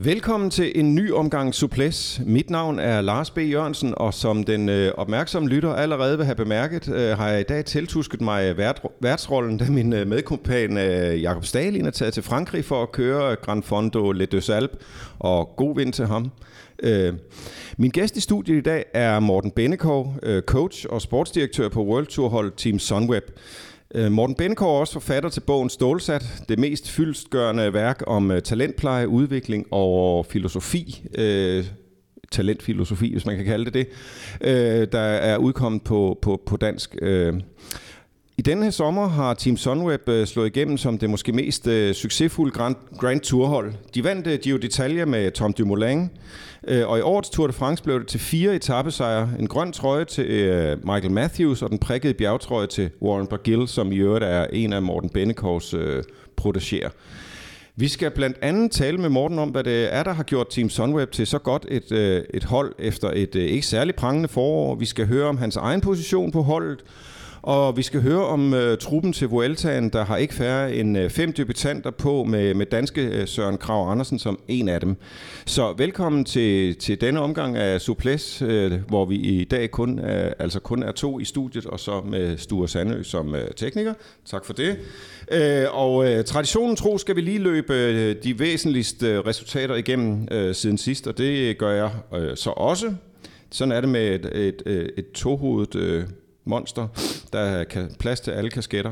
Velkommen til en ny omgang Suples. Mit navn er Lars B. Jørgensen, og som den opmærksomme lytter allerede vil have bemærket, har jeg i dag tiltusket mig værtsrollen, da min medkompan Jakob Stalin er taget til Frankrig for at køre Grand Fondo Les Deux Alpes, og god vind til ham. Min gæst i studiet i dag er Morten Bennekov, coach og sportsdirektør på World Tour-hold Team Sunweb. Morten Bennekov er også forfatter til bogen Stålsat, det mest fyldestgørende værk om talentpleje, udvikling og filosofi, talentfilosofi, hvis man kan kalde det, der er udkommet på dansk. I denne her sommer har Team Sunweb slået igennem som det måske mest succesfulde Grand Tour-hold. De vandt Giro d'Italia med Tom Dumoulin, og i årets Tour de France blev det til 4 etapesejre. En grøn trøje til Michael Matthews og den prikkede bjergtrøje til Warren Barguil, som i øvrigt er en af Morten Bennekovs protégéer. Vi skal blandt andet tale med Morten om, hvad det er, der har gjort Team Sunweb til så godt et hold efter et ikke særlig prangende forår. Vi skal høre om hans egen position på holdet, og vi skal høre om truppen til Vueltaen, der har ikke færre end 5 debutanter på med danske Søren Kragh Andersen som en af dem. Så velkommen til denne omgang af Suples, hvor vi i dag kun er 2 i studiet, og så med Sture Sandø som tekniker. Tak for det. Og traditionen tro skal vi lige løbe de væsentligste resultater igennem siden sidst, og det gør jeg så også. Sådan er det med et tohovedet monster, der kan plads til alle kasketter.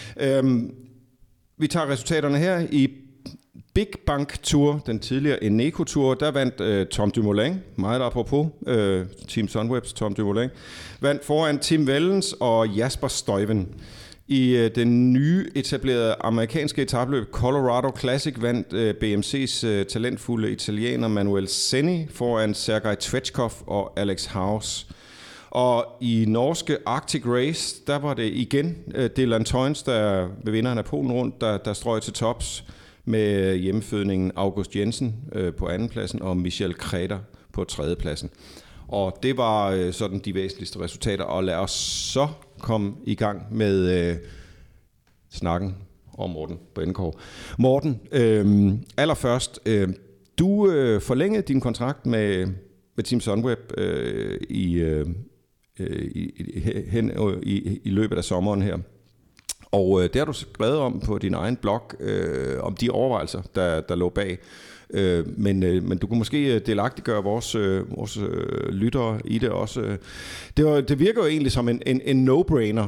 Vi tager resultaterne her. I Big Bank Tour, den tidligere Eneco Tour, der vandt Tom Dumoulin, meget apropos Team Sunwebs Tom Dumoulin, vandt foran Tim Wellens og Jasper Stuyven. I den nye etablerede amerikanske etapløb Colorado Classic vandt BMC's talentfulde italiener Manuel Senni foran Sergej Tvechkov og Alex House. Og i norske Arctic Race, der var det igen Dylan Teuns, der ved vinderen af Polen rundt, der strøg til tops med hjemmefødningen August Jensen på andenpladsen og Michel Kreder på tredjepladsen. Og det var sådan de væsentligste resultater, og lad os så komme i gang med snakken om Morten Bennekov. Morten, allerførst, du forlængede din kontrakt med Team Sunweb i løbet af sommeren her. Og det har du skrevet om på din egen blog, om de overvejelser, der lå bag. Men du kunne måske delagtiggøre vores lyttere i det også. Det virker jo egentlig som en no-brainer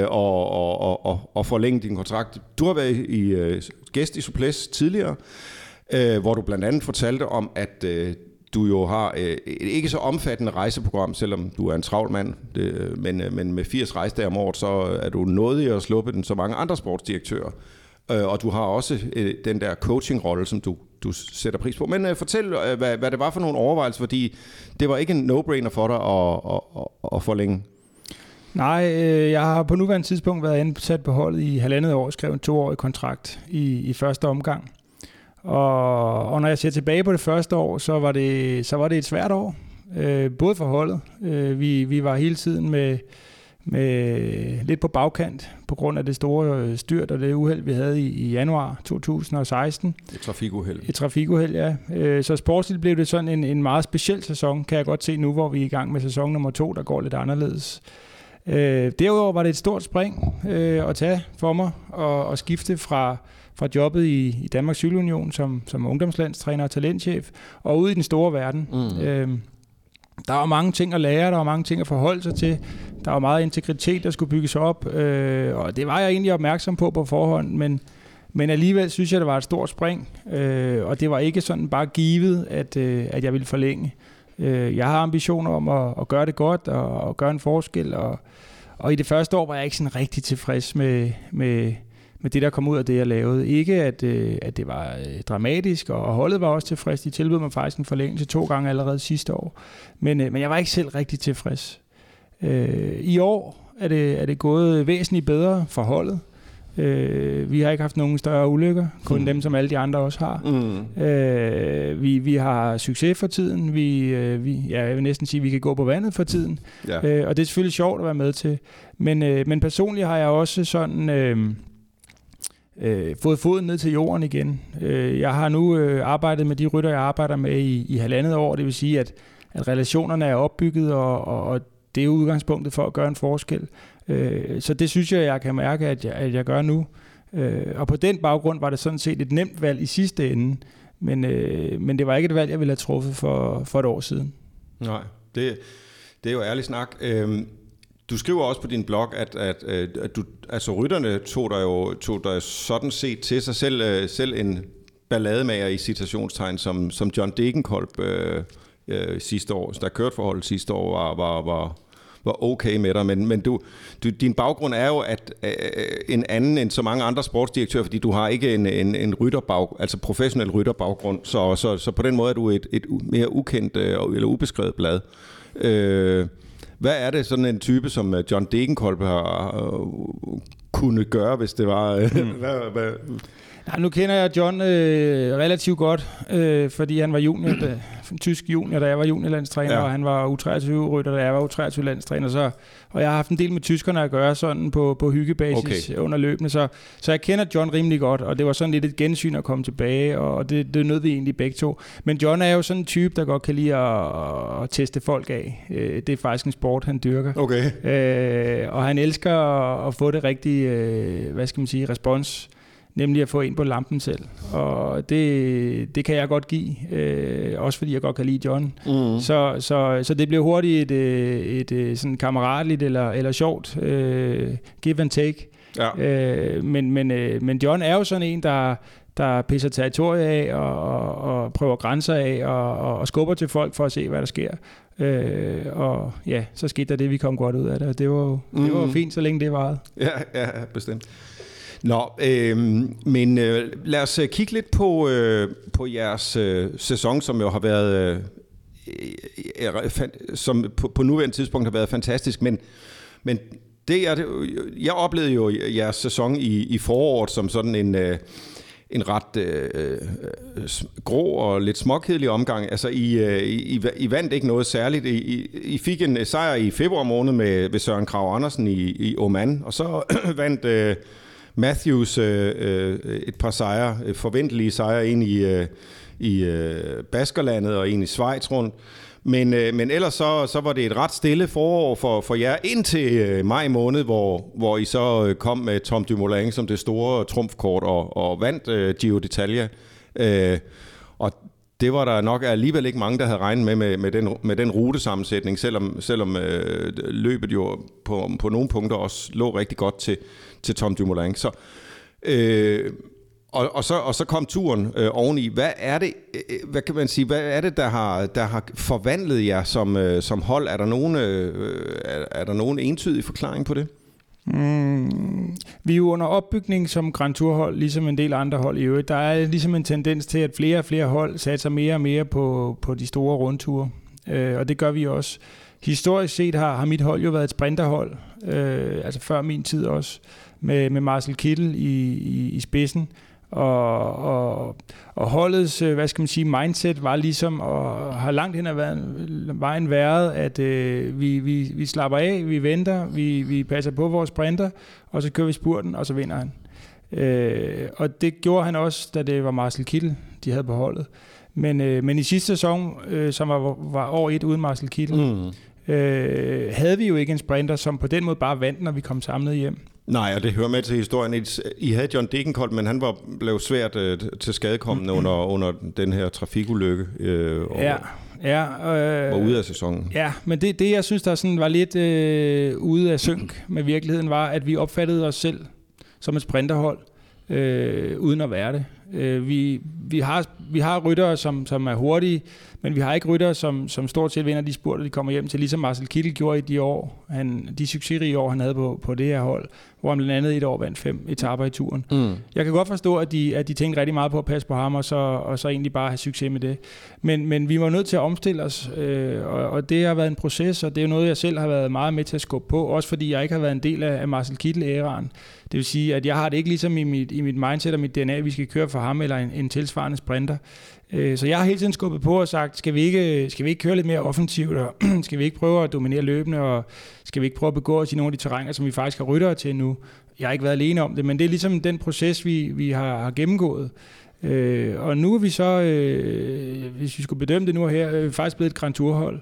at forlænge din kontrakt. Du har været gæst i Suples tidligere, hvor du blandt andet fortalte om, at du jo har et ikke så omfattende rejseprogram, selvom du er en travl mand, men med 80 rejsedage om året, så er du nådig at sluppe den så mange andre sportsdirektører. Og du har også den der coaching-rolle, som du sætter pris på. Men fortæl, hvad det var for nogle overvejelser, fordi det var ikke en no-brainer for dig at forlænge. Nej, jeg har på nuværende tidspunkt været ansat på holdet i 1,5 år, skrevet en 2-årig kontrakt i første omgang. Og når jeg ser tilbage på det første år, så var det et svært år, både for holdet. Vi var hele tiden med lidt på bagkant på grund af det store styrt og det uheld, vi havde i januar 2016. Et trafikuheld. Et trafikuheld, ja. Så sportsligt blev det sådan en meget speciel sæson, kan jeg godt se nu, hvor vi er i gang med sæson nummer 2, der går lidt anderledes. Derudover var det et stort spring at tage for mig og skifte fra jobbet i Danmarks Cykelunion som ungdomslandstræner og talentchef og ud i den store verden. Der var mange ting at lære, der var mange ting at forholde sig til. Der var meget integritet, der skulle bygges op, og det var jeg egentlig opmærksom på forhånd, men alligevel synes jeg, det var et stort spring, og det var ikke sådan bare givet, at jeg ville forlænge. Jeg har ambitioner om at gøre det godt og gøre en forskel, og i det første år var jeg ikke sådan rigtig tilfreds med det, der kom ud af det, jeg lavede. Ikke, at det var dramatisk, og holdet var også tilfreds. De tilbød mig faktisk en forlængelse 2 gange allerede sidste år. Men jeg var ikke selv rigtig tilfreds. I år er det gået væsentligt bedre for holdet. Vi har ikke haft nogen større ulykker, kun dem, som alle de andre også har. Vi har succes for tiden. Jeg vil næsten sige, at vi kan gå på vandet for tiden. Ja. Og det er selvfølgelig sjovt at være med til. Men personligt har jeg også sådan fået foden ned til jorden igen. Jeg har nu arbejdet med de rytter, jeg arbejder med i 1,5 år. Det vil sige, at relationerne er opbygget, og det er jo udgangspunktet for at gøre en forskel. Så det synes jeg kan mærke, at jeg gør nu. Og på den baggrund var det sådan set et nemt valg i sidste ende. Men det var ikke et valg, jeg ville have truffet for et år siden. Nej, det er jo ærlig snak. Du skriver også på din blog, at du, altså rytterne tog dig sådan set til sig selv en ballademager i citationstegn, som John Degenkolb sidste år, der kørte forholdet sidste år, var okay med dig, men din baggrund er jo en anden end så mange andre sportsdirektører, fordi du har ikke en altså professionel rytterbaggrund, så på den måde er du et mere ukendt eller ubeskrevet blad. Hvad er det sådan en type, som John Degenkolb har kunne gøre, hvis det var... Nej, nu kender jeg John relativt godt, fordi han var junior, tysk junior, da jeg var juniorlandstræner, og han var U23-rytter, da jeg var U23-landstræner. Og jeg har haft en del med tyskerne at gøre sådan på hyggebasis under løbende, så jeg kender John rimelig godt, og det var sådan lidt et gensyn at komme tilbage, og det nød vi egentlig begge to. Men John er jo sådan en type, der godt kan lide at teste folk af. Det er faktisk en sport, han dyrker. Okay. Og han elsker at få det rigtige, respons, nemlig at få ind på lampen selv. Og det kan jeg godt give, også fordi jeg godt kan lide John. Mm. Så det blev hurtigt et sådan kammeratligt eller sjovt give and take. Ja. Men John er jo sådan en, der pisser territoriet af og prøver grænser af og skubber til folk for at se, hvad der sker. Og ja, så skete der det, vi kom godt ud af det. Og det var fint, så længe det varede. Ja, bestemt. Nå, men lad os kigge lidt på jeres sæson, som jo har været, som på nuværende tidspunkt har været fantastisk, men jeg oplevede jo jeres sæson i foråret som sådan en ret grå og lidt småkedelig omgang. Altså, I vandt ikke noget særligt. I fik en sejr i februar måned ved Søren Kragh Andersen i Oman, og så vandt Matthews et par sejre, forventelige sejre, en i Baskerlandet og en i Schweiz rundt. Men ellers så var det et ret stille forår for jer indtil maj måned, hvor I så kom med Tom Dumoulin som det store trumfkort og vandt Giro d'Italia. Og det var der nok alligevel ikke mange, der havde regnet med den rutesammensætning, selvom løbet jo på nogle punkter også lå rigtig godt til Tom Dumoulin. Så, og så kom turen oveni. Hvad kan man sige? Hvad er det, der har forvandlet jer som hold? Er der nogen entydig forklaring på det? Vi er jo under opbygning som Grand Tour-hold, ligesom en del andre hold i øvrigt. Der er ligesom en tendens til, at flere og flere hold satser mere og mere på de store rundture. Og det gør vi også. Historisk set har mit hold jo været et sprinterhold, altså før min tid også, med Marcel Kittel i spidsen. Og holdets, mindset var ligesom, og har langt hen ad vejen været, at vi slapper af, vi venter, vi passer på vores sprinter, og så kører vi spurten, og så vinder han. Og det gjorde han også, da det var Marcel Kittel, de havde på holdet. Men i sidste sæson, som var år 1 uden Marcel Kittel, havde vi jo ikke en sprinter, som på den måde bare vandt, når vi kom samlet hjem. Nej, og det hører med til historien. I havde John Degenkolb, men han blev svært til skadekommende under den her trafikulykke. Var ude af sæsonen. Ja, men det jeg synes, der sådan var lidt ude af synk med virkeligheden, var, at vi opfattede os selv som et sprinterhold, uden at være det. Vi har ryttere, som er hurtige, men vi har ikke ryttere, som stort set vinder de spurter, de kommer hjem til, ligesom Marcel Kittel gjorde i de succesrige år, han havde på det her hold, hvor han blandt andet et år vandt 5 etaper i turen. Jeg kan godt forstå, at de tænkte rigtig meget på at passe på ham, og så egentlig bare have succes med det. Men vi var nødt til at omstille os, og det har været en proces, og det er jo noget, jeg selv har været meget med til at skubbe på, også fordi jeg ikke har været en del af Marcel Kittel-æraen. Det vil sige, at jeg har det ikke ligesom i mit mindset og mit DNA, vi skal køre for for ham, eller en tilsvarende sprinter. Så jeg har hele tiden skubbet på og sagt, skal vi ikke køre lidt mere offensivt, og skal vi ikke prøve at dominere løbende, og skal vi ikke prøve at begå os i nogle af de terrænger, som vi faktisk har ryttere til nu. Jeg har ikke været alene om det, men det er ligesom den proces, vi har gennemgået. Og nu er vi så, hvis vi skulle bedømme det nu her, faktisk blevet et Grand Tour-hold.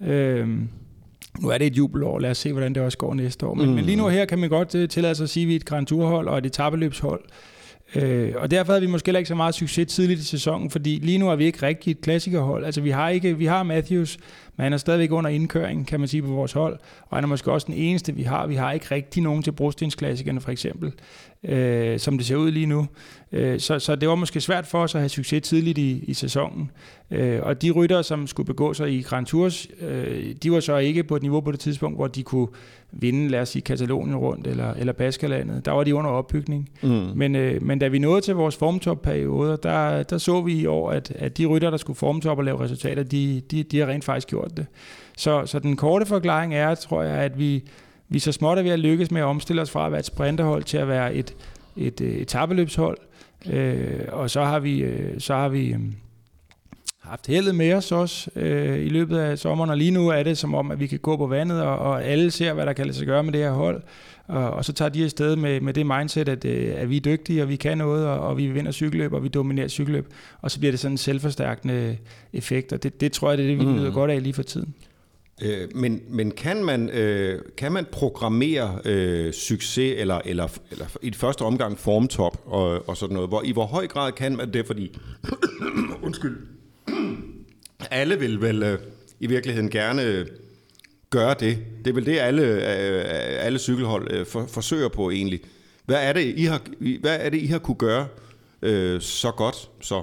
Nu er det et jubelår, lad os se, hvordan det også går næste år. Men lige nu her kan man godt tillade sig at sige, at vi er et Grand Tour-hold og et etapeløbshold. Og derfor havde vi måske ikke så meget succes tidligt i sæsonen, fordi lige nu er vi ikke rigtig et klassikerhold. Altså vi har Matthews, men han er stadigvæk under indkøring, kan man sige, på vores hold. Og han er måske også den eneste, vi har. Vi har ikke rigtig nogen til brostensklassikerne, for eksempel, som det ser ud lige nu. Så det var måske svært for os at have succes tidligt i sæsonen. Og de ryttere, som skulle begå sig i Grand Tours, de var så ikke på et niveau på det tidspunkt, hvor de kunne vinde, lad os sige, Katalonien rundt eller Baskerlandet. Der var de under opbygning. Men da vi nåede til vores formtop-perioder, der så vi i år, at de ryttere, der skulle formtop og lave resultater, de har rent faktisk gjort det. Så den korte forklaring er, tror jeg, at vi så småt er ved at lykkes med at omstille os fra at være et sprinterhold til at være et etapeløbshold. Og så har vi haft heldet med os også i løbet af sommeren, og lige nu er det som om, at vi kan gå på vandet, og alle ser, hvad der kan lade sig gøre med det her hold. Og så tager de afsted med det mindset, at vi er dygtige, og vi kan noget, og vi vinder cykelløb, og vi dominerer cykelløb. Og så bliver det sådan en selvforstærkende effekt, og det tror jeg, det er det, vi nyder godt af lige for tiden. Men kan man programmere succes eller i første omgang formtop og sådan noget? I hvor høj grad kan man det? Fordi undskyld, alle vil vel i virkeligheden gerne gøre det. Det er vel det alle cykelhold forsøger på egentlig. Hvad er det I har kunne gøre så godt så?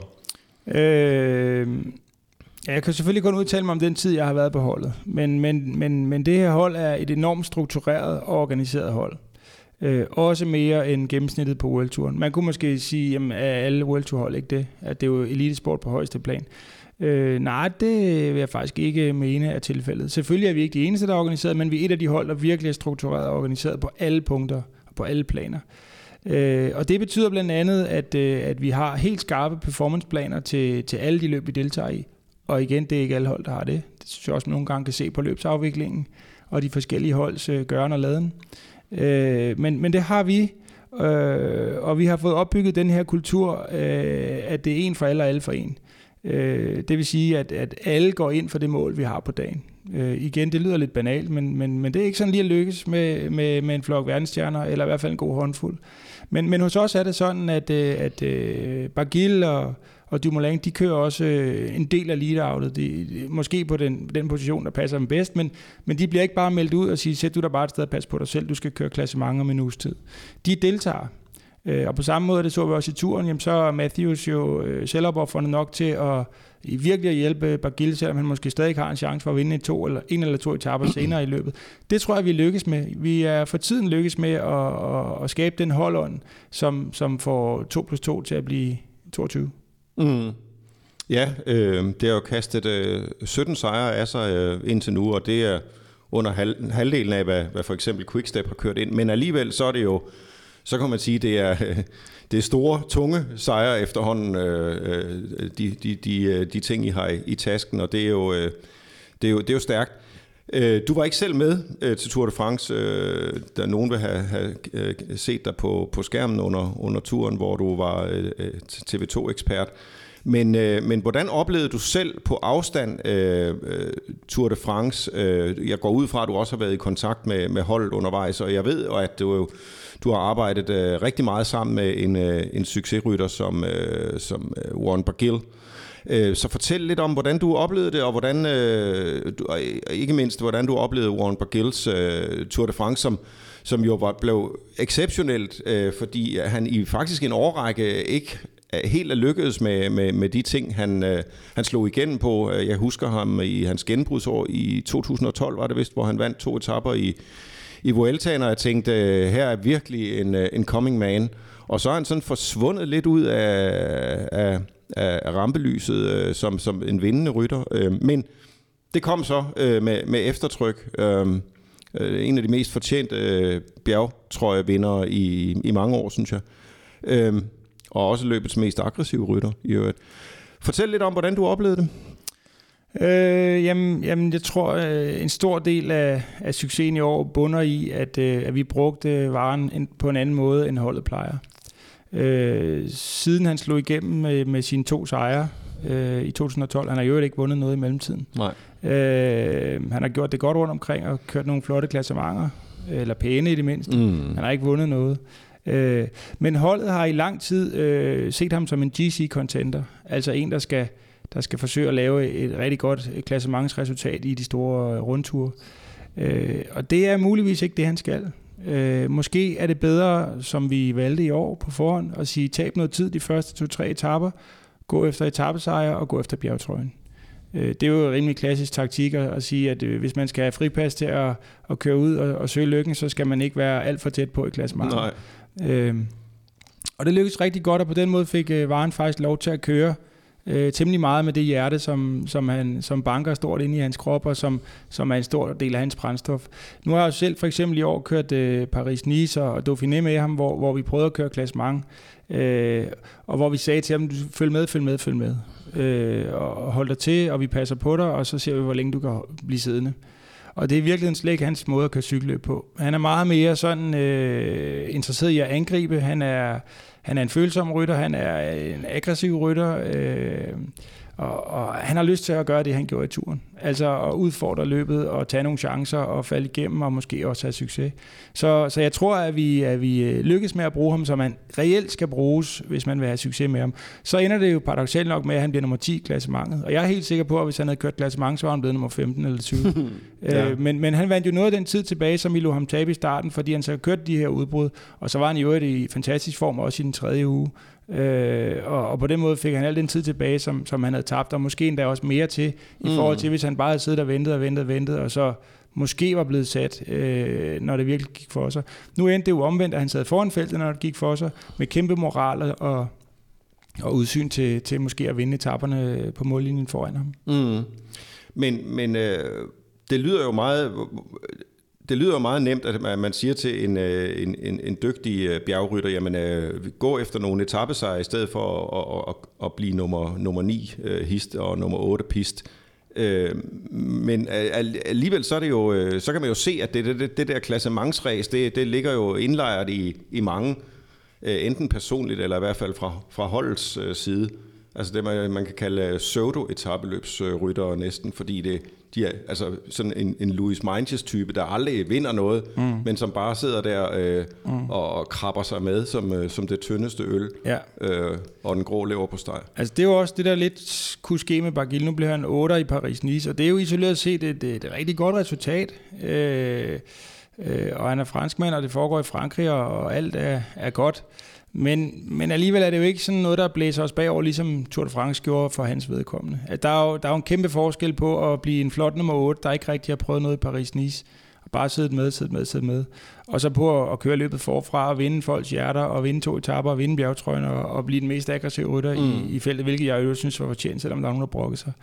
Jeg kan selvfølgelig kun udtale mig om den tid, jeg har været på holdet. Men det her hold er et enormt struktureret og organiseret hold. Også mere end gennemsnittet på World Touren. Man kunne måske sige, jamen er alle World Tour hold ikke det? At det er jo elitesport på højeste plan. Nej, det vil jeg faktisk ikke mene er tilfældet. Selvfølgelig er vi ikke de eneste, der er organiseret, men vi er et af de hold, der virkelig er struktureret og organiseret på alle punkter og på alle planer. Og det betyder blandt andet, at vi har helt skarpe performanceplaner til alle de løb, vi deltager i. Og igen, det er ikke alle hold, der har det. Det synes jeg også, man nogle gange kan se på løbsafviklingen og de forskellige holds gøren og laden. Men det har vi, og vi har fået opbygget den her kultur, at det er en for alle og alle for en. Det vil sige, at alle går ind for det mål, vi har på dagen. Igen, det lyder lidt banalt, men det er ikke sådan lige at lykkes med en flok verdensstjerner, eller i hvert fald en god håndfuld. Men hos os er det sådan, at Barguil og Dumoulin, de kører også en del af lead-outet. Måske på den position, der passer dem bedst, men de bliver ikke bare meldt ud og siger, sæt du der bare et sted og pas på dig selv, du skal køre klassement om en uges tid. De deltager. Og på samme måde, det så vi også i turen, jamen så er Matthews jo selvopofrende nok til at virkelig at hjælpe Barguil, selvom han måske stadig har en chance for at vinde en eller to etaper senere i løbet. Det tror jeg, vi lykkes med. Vi er for tiden lykkes med at skabe den holdånd, som får 2+2 til at blive 22. Ja, det har jo kastet 17 sejre af sig indtil nu, og det er under halvdelen af, hvad for eksempel Quickstep har kørt ind. Men alligevel så er det jo, så kan man sige, det er store, tunge sejre efterhånden, de ting, I har i tasken, og det er jo stærkt. Du var ikke selv med til Tour de France, da nogen vil have set dig på skærmen under turen, hvor du var TV2-ekspert. Men hvordan oplevede du selv på afstand Tour de France? Jeg går ud fra, at du også har været i kontakt med holdet undervejs, og jeg ved, at du har arbejdet rigtig meget sammen med en succesrytter som Warren Barguil. Så fortæl lidt om, hvordan du oplevede det, og hvordan, ikke mindst, hvordan du oplevede Warren Barguils Tour de France, som jo blev exceptionelt, fordi han i faktisk en årrække ikke helt er lykkedes med de ting, han slog igennem på. Jeg husker ham i hans genbrudsår i 2012, var det vist, hvor han vandt 2 etaper i Vueltaen, og jeg tænkte, her er virkelig en coming man. Og så er han sådan forsvundet lidt ud af rampelyset som en vindende rytter. Men det kom så med eftertryk. En af de mest fortjente bjergtrøjevindere i mange år, synes jeg. og også løbets mest aggressive rytter i øvrigt. Fortæl lidt om, hvordan du oplevede det. Jamen, jeg tror, en stor del af succesen i år bunder i, at vi brugte varen på en anden måde, end holdet plejer. Siden han slog igennem med sine 2 sejre i 2012, han har jo ikke vundet noget i mellemtiden. Nej. Han har gjort det godt rundt omkring og kørt nogle flotte klassementer, eller pæne i det mindste. Han har ikke vundet noget. Men holdet har i lang tid set ham som en GC-contender, altså en, der skal forsøge at lave et rigtig godt klassementsresultat i de store rundture. Og det er muligvis ikke det, han skal. Måske er det bedre, som vi valgte i år på forhånd, at sige, tab noget tid de første 2-3 etaper, gå efter etapesejre og gå efter bjergtrøjen. Det er jo en rimelig klassisk taktik at sige, at hvis man skal have fripas til at køre ud og søge lykken, så skal man ikke være alt for tæt på i klassementet. Og det lykkedes rigtig godt, og på den måde fik Varen faktisk lov til at køre temmelig meget med det hjerte, som banker stort inde i hans krop, og som er en stor del af hans brændstof. Nu har jeg selv for eksempel i år kørt Paris-Nice og Dauphiné med ham, hvor vi prøvede at køre klassement, og hvor vi sagde til ham, følg med, og hold dig til, og vi passer på dig, og så ser vi, hvor længe du kan blive siddende. Og det er virkelig slet ikke hans måde at køre cykelløb på. Han er meget mere sådan interesseret i at angribe. Han er en følsom rytter, han er en aggressiv rytter, og han har lyst til at gøre det, han gjorde i turen. Altså at udfordre løbet og tage nogle chancer og falde igennem og måske også have succes. Så jeg tror, at vi lykkes med at bruge ham, som han reelt skal bruges, hvis man vil have succes med ham. Så ender det jo paradoksalt nok med, at han bliver nummer 10 i klassementet. Og jeg er helt sikker på, at hvis han havde kørt klassement, så var han blevet nummer 15 eller 20. Ja. Men han vandt jo noget af den tid tilbage, som vi lå ham tabe i starten, fordi han så kørte de her udbrud. Og så var han jo i fantastisk form også i den 3. uge. Og på den måde fik han al den tid tilbage, som han havde tabt, og måske endda også mere til, i forhold til, hvis han bare havde siddet og ventet, og så måske var blevet sat, når det virkelig gik for sig. Nu endte det jo omvendt, at han sad foran feltet, når det gik for sig, med kæmpe moral og udsyn til måske at vinde etaperne på mållinjen foran ham. Men det lyder jo meget... Det lyder meget nemt, at man siger til en dygtig bjergrytter, jamen gå efter nogle etapesejre i stedet for at blive nummer 9 hist og nummer 8 pist. Men alligevel så er det jo, så kan man jo se, at det der klassementsræs, det ligger jo indlejret i mange, enten personligt eller i hvert fald fra holdets side. Altså det man kan kalde pseudo-etapeløbsryttere næsten, fordi de er altså sådan en Louis Meintjes type, der aldrig vinder noget, men som bare sidder der og krabber sig med som det tyndeste øl, og den grå leverpostej. Altså det er jo også det, der lidt kunne ske med Barguil. Nu bliver han 8 i Paris-Nice, og det er jo isoleret set et rigtig godt resultat. Og han er franskmand, og det foregår i Frankrig, og alt er godt. Men alligevel er det jo ikke sådan noget, der blæser os bagover, ligesom Tour de France gjorde for hans vedkommende. Der er jo en kæmpe forskel på at blive en flot nummer 8, der ikke rigtig har prøvet noget i Paris-Nice, og bare siddet med. Og så på at køre løbet forfra og vinde folks hjerter, og vinde 2 etaper, og vinde bjergtrøjen, og blive den mest aggressive rytter i feltet, hvilket jeg jo synes var fortjent, selvom der er nogen, der brokker sig.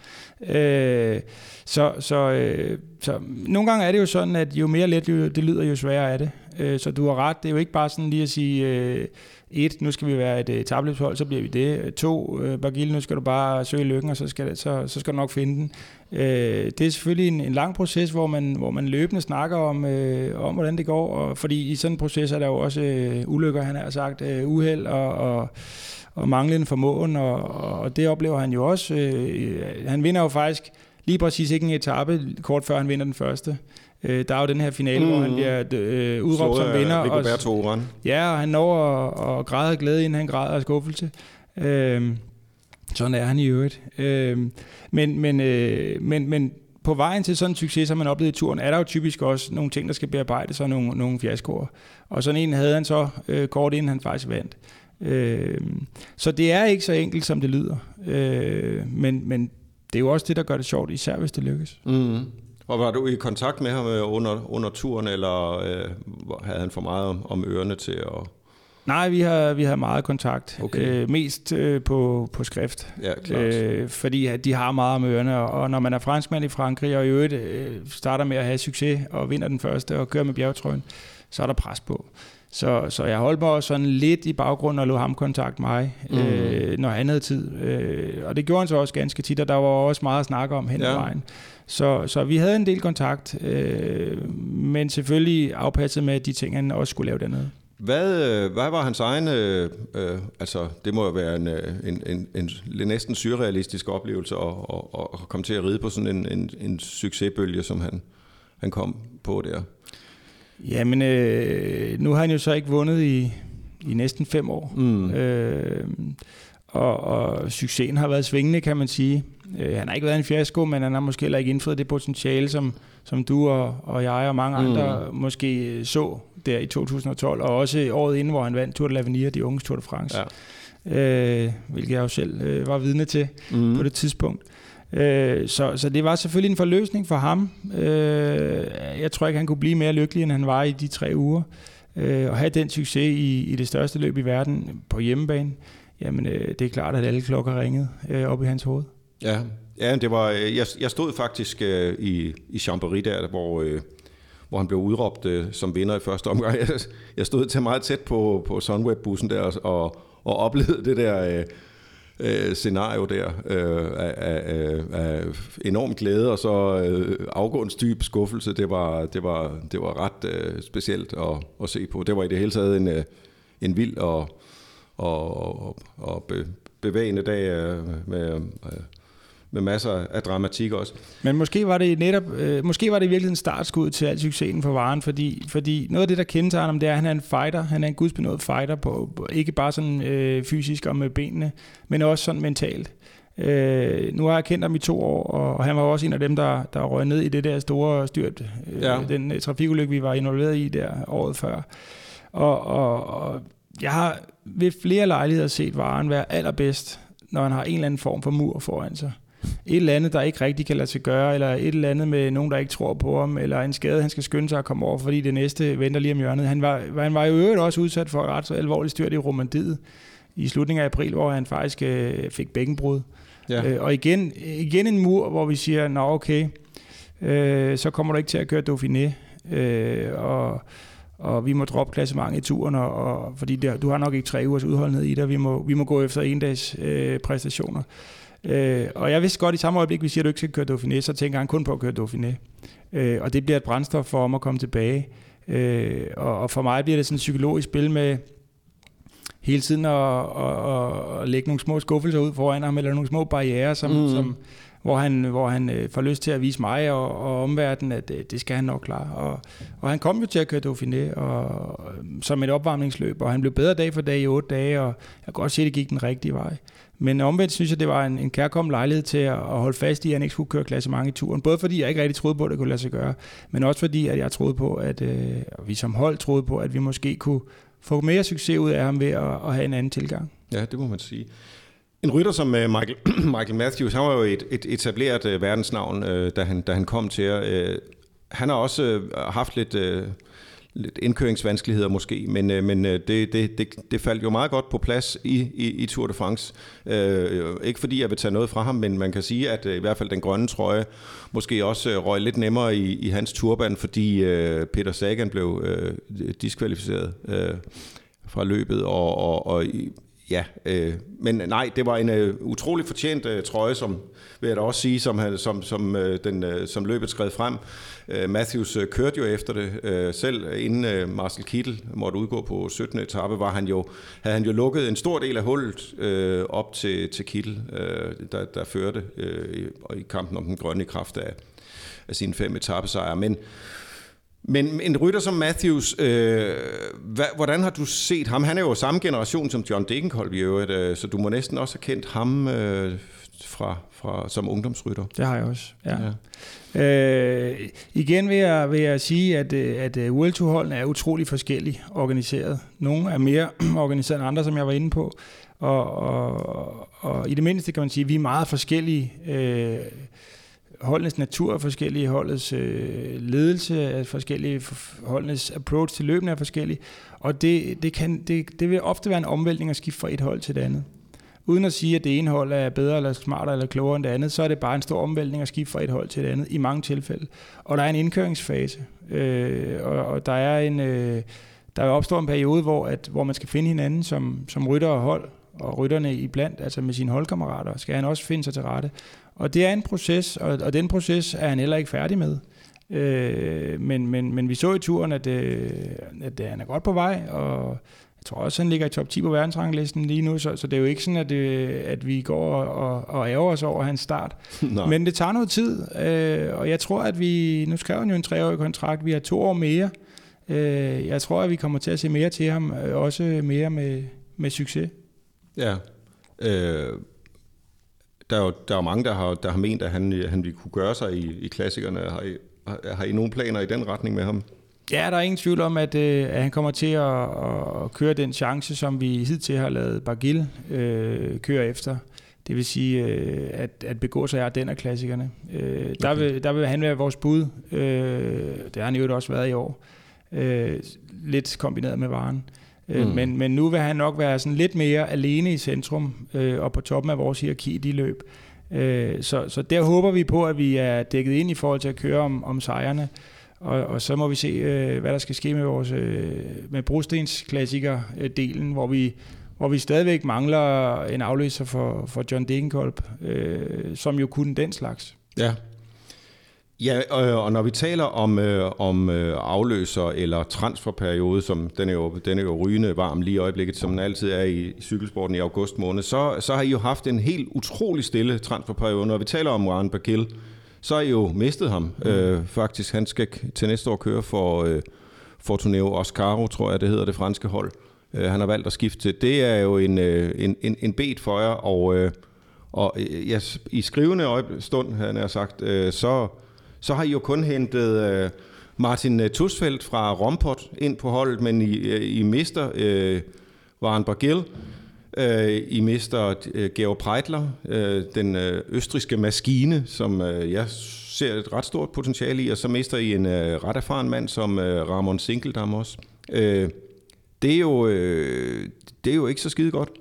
Så nogle gange er det jo sådan, at jo mere let det lyder, jo sværere er det. Så du har ret, det er jo ikke bare sådan lige at sige... 1, nu skal vi være et etabløbshold, så bliver vi det. 2, Barguil, nu skal du bare søge lykken, og så skal du nok finde den. Det er selvfølgelig en lang proces, hvor man løbende snakker om hvordan det går, og fordi i sådan en proces er der jo også ulykker, han har sagt, uheld og manglende formåen, og det oplever han jo også. Han vinder jo faktisk lige præcis ikke en etape, kort før han vinder den første. Der er jo den her finale, hvor han bliver udråbt som vinder. Og han når at græde af glæde, inden han græder af skuffelse. Sådan er han i øvrigt. Men på vejen til sådan en succes, som man oplevede i turen, er der jo typisk også nogle ting, der skal bearbejdes, og nogle fiaskoer. Og sådan en havde han så kort inden han faktisk vandt. Så det er ikke så enkelt, som det lyder. Men det er jo også det, der gør det sjovt, især hvis det lykkes. Og var du i kontakt med ham under turen, eller havde han for meget om ørerne til Nej, vi har meget kontakt. Okay. Mest på skrift. Ja, klart. Fordi de har meget om ørerne, og når man er franskmand i Frankrig, og i øvrigt starter med at have succes, og vinder den første, og kører med bjergetrøjen, så er der pres på. Så jeg holdt mig også sådan lidt i baggrunden og lod ham kontakte mig, når han havde tid. Og det gjorde han så også ganske tit, og der var også meget at snakke om hen ad vejen. Så vi havde en del kontakt, men selvfølgelig afpasset med de ting, han også skulle lave dernede. Hvad var hans egen, altså det må jo være en næsten surrealistisk oplevelse at komme til at ride på sådan en succesbølge, som han kom på der? Jamen, nu har han jo så ikke vundet i næsten 5 år. Og succesen har været svingende, kan man sige. Han har ikke været en fiasko, men han har måske heller ikke indfriet det potentiale, som du og jeg og mange andre måske så der i 2012, og også året inden, hvor han vandt Tour de l'Avenir, de unges Tour de France. Ja. Hvilket jeg jo selv var vidne til på det tidspunkt. Så det var selvfølgelig en forløsning for ham. Jeg tror ikke, han kunne blive mere lykkelig, end han var i de 3 uger. Og have den succes i det største løb i verden på hjemmebane, jamen det er klart, at alle klokker ringede op i hans hoved. Ja, det var. Jeg stod faktisk i Chambéry der, hvor han blev udråbt som vinder i første omgang. Jeg stod til meget tæt på Sunweb-bussen der og oplevede det der scenario der af enorm glæde og så afgrundsdyb skuffelse. Det var ret specielt at se på. Det var i det hele taget en vild og bevægende dag med masser af dramatik også. Men måske var det i virkeligheden startskud til al succesen for Varenne, fordi noget af det, der kendetegner ham, det er, at han er en fighter. Han er en gudsbenået fighter, på ikke bare sådan fysisk og med benene, men også sådan mentalt. Nu har jeg kendt ham i 2 år, og han var også en af dem, der røg ned i det der store styrt. Den trafikulykke, vi var involveret i der året før. Og jeg har ved flere lejligheder set Varenne være allerbedst, når han har en eller anden form for mur foran sig. Et eller andet, der ikke rigtig kan lade sig gøre, eller et eller andet med nogen, der ikke tror på ham, eller en skade, han skal skynde sig at komme over, fordi det næste venter lige om hjørnet. Han var jo øvrigt også udsat for et ret så alvorligt styrt i Romandiet i slutningen af april, hvor han faktisk fik bækkenbrud. Ja. Og igen en mur, hvor vi siger, nå okay, så kommer du ikke til at køre Dauphiné, og vi må droppe klassementet i turen, fordi du har nok ikke 3 ugers udholdenhed i dig, vi må gå efter 1-dags præstationer. Og jeg vidste godt, i samme øjeblik, vi siger, at du ikke skal køre Dauphiné, så tænker han kun på at køre Dauphiné. Og det bliver et brændstof for ham at komme tilbage. Og for mig bliver det sådan et psykologisk spil med hele tiden at lægge nogle små skuffelser ud foran ham, eller nogle små barrierer, hvor han får lyst til at vise mig og omverdenen, at det skal han nok klare. Og han kom jo til at køre Dauphiné som et opvarmningsløb, og han blev bedre dag for dag i 8 dage, og jeg kan godt se, at det gik den rigtige vej. Men omvendt synes jeg, det var en kærkommen lejlighed til at holde fast i, at han ikke skulle køre klassement i turen. Både fordi jeg ikke rigtig troede på, at det kunne lade sig gøre, men også fordi, at jeg troede på, at vi som hold troede på, at vi måske kunne få mere succes ud af ham ved at have en anden tilgang. Ja, det må man sige. En rytter som Michael Matthews, han var jo et etableret verdensnavn, da han kom til. Han har også haft lidt indkøringsvanskeligheder måske, men det faldt jo meget godt på plads i Tour de France. Ikke fordi jeg vil tage noget fra ham, men man kan sige, at i hvert fald den grønne trøje måske også røg lidt nemmere i hans turban, fordi Peter Sagan blev diskvalificeret fra løbet, men nej, det var en utrolig fortjent trøje, som vil jeg da også sige, som løbet skred frem. Matthews kørte jo efter det selv, inden Marcel Kittel måtte udgå på 17. etape, havde han jo lukket en stor del af hullet op til Kittel, der førte i kampen om den grønne kraft af sine 5 etapesejre. Men en rytter som Matthews, hvordan har du set ham? Han er jo samme generation som John Degenkolb i øvrigt, så du må næsten også have kendt ham fra som ungdomsrytter. Det har jeg også, ja. Igen vil jeg sige, at World Tour-holdene er utrolig forskelligt organiseret. Nogle er mere organiseret end andre, som jeg var inde på, og i det mindste kan man sige, at vi er meget forskellige holdenes natur er forskellige, holdets ledelse er forskellige, holdenes approach til løbende er forskellige, og det vil ofte være en omvæltning at skifte fra et hold til det andet. Uden at sige, at det ene hold er bedre eller smartere eller klogere end det andet, så er det bare en stor omvæltning at skifte fra et hold til det andet i mange tilfælde. Og der er en indkøringsfase, og der opstår en periode, hvor man skal finde hinanden som rytter og hold, og rytterne iblandt, altså med sine holdkammerater, skal han også finde sig til rette. Og det er en proces, og den proces er han heller ikke færdig med. Men vi så i turen, at han er godt på vej, og jeg tror også, han ligger i top 10 på verdensranglisten lige nu, så det er jo ikke sådan, at vi går og ærger os over hans start. Nej. Men det tager noget tid, og jeg tror, at nu skrev han jo en 3-årig kontrakt, vi har 2 år mere. Jeg tror, at vi kommer til at se mere til ham, også mere med succes. Ja, der er jo mange, der har ment, at han ville kunne gøre sig i klassikerne. Har I nogle planer i den retning med ham? Ja, der er ingen tvivl om, at han kommer til at køre den chance, som vi hidtil har lavet Barguil køre efter. Det vil sige, at begå sig af den af klassikerne. Der vil han være vores bud. Det har han jo også været i år. Lidt kombineret med Varen. Men nu vil han nok være sådan lidt mere alene i centrum og på toppen af vores hierarki i de løb. Så der håber vi på, at vi er dækket ind i forhold til at køre om sejrene. Og så må vi se, hvad der skal ske med vores med Brostens klassiker-delen, hvor vi stadigvæk mangler en afløser for John Degenkolb, som jo kunne den slags. Ja. Ja, og når vi taler om afløser eller transferperiode, som den er jo rygende varm lige i øjeblikket, som den altid er i cykelsporten i august måned, så har I jo haft en helt utrolig stille transferperiode. Når vi taler om Warren Barguil, så har I jo mistet ham. Faktisk, han skal til næste år køre for Fortuneo Oscaro, tror jeg det hedder, det franske hold. Han har valgt at skifte til. Det er jo en bet for jer, og i skrivende stund, han har sagt, så har I jo kun hentet Martin Tusfeldt fra Rompot ind på holdet, men I mister Warren Barguil. I mister Georg Preitler, den østrigske maskine, som jeg ser et ret stort potentiale i, og så mister I en ret erfaren mand som Ramon Sinkeldam også. Det er jo ikke så skide godt.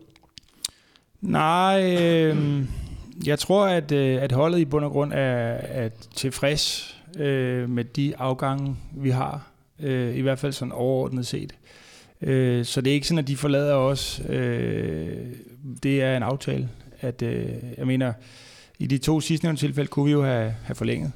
Nej, jeg tror, at holdet i bund og grund er tilfreds med de afgange, vi har. I hvert fald sådan overordnet set. Så det er ikke sådan, at de forlader os. Det er en aftale. Jeg mener, i de 2 sidstnævnte tilfælde kunne vi jo have forlænget.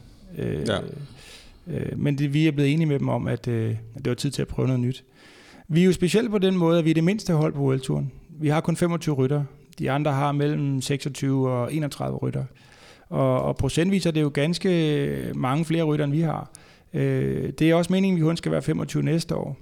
Men vi er blevet enige med dem om, at det var tid til at prøve noget nyt. Vi er jo specielt på den måde, at vi er det mindste hold på World-touren. Vi har kun 25 rytter. De andre har mellem 26 og 31 rytter. Og procentvis er det jo ganske mange flere rytter, end vi har. Det er også meningen, at vi kun skal være 25 næste år.